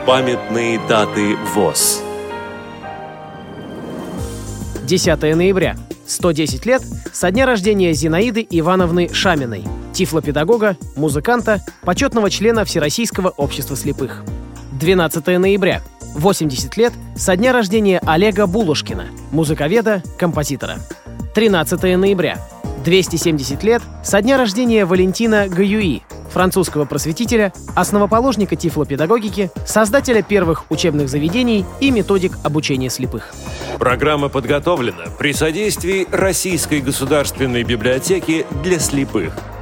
Памятные даты ВОС. 10 ноября. 110 лет со дня рождения Зинаиды Ивановны Шаминой, тифлопедагога, музыканта, почетного члена Всероссийского общества слепых. 12 ноября. 80 лет со дня рождения Олега Булушкина, музыковеда, композитора. 13 ноября. 270 лет со дня рождения Валентина Гаюи, французского просветителя, основоположника тифлопедагогики, создателя первых учебных заведений и методик обучения слепых. Программа подготовлена при содействии Российской государственной библиотеки для слепых.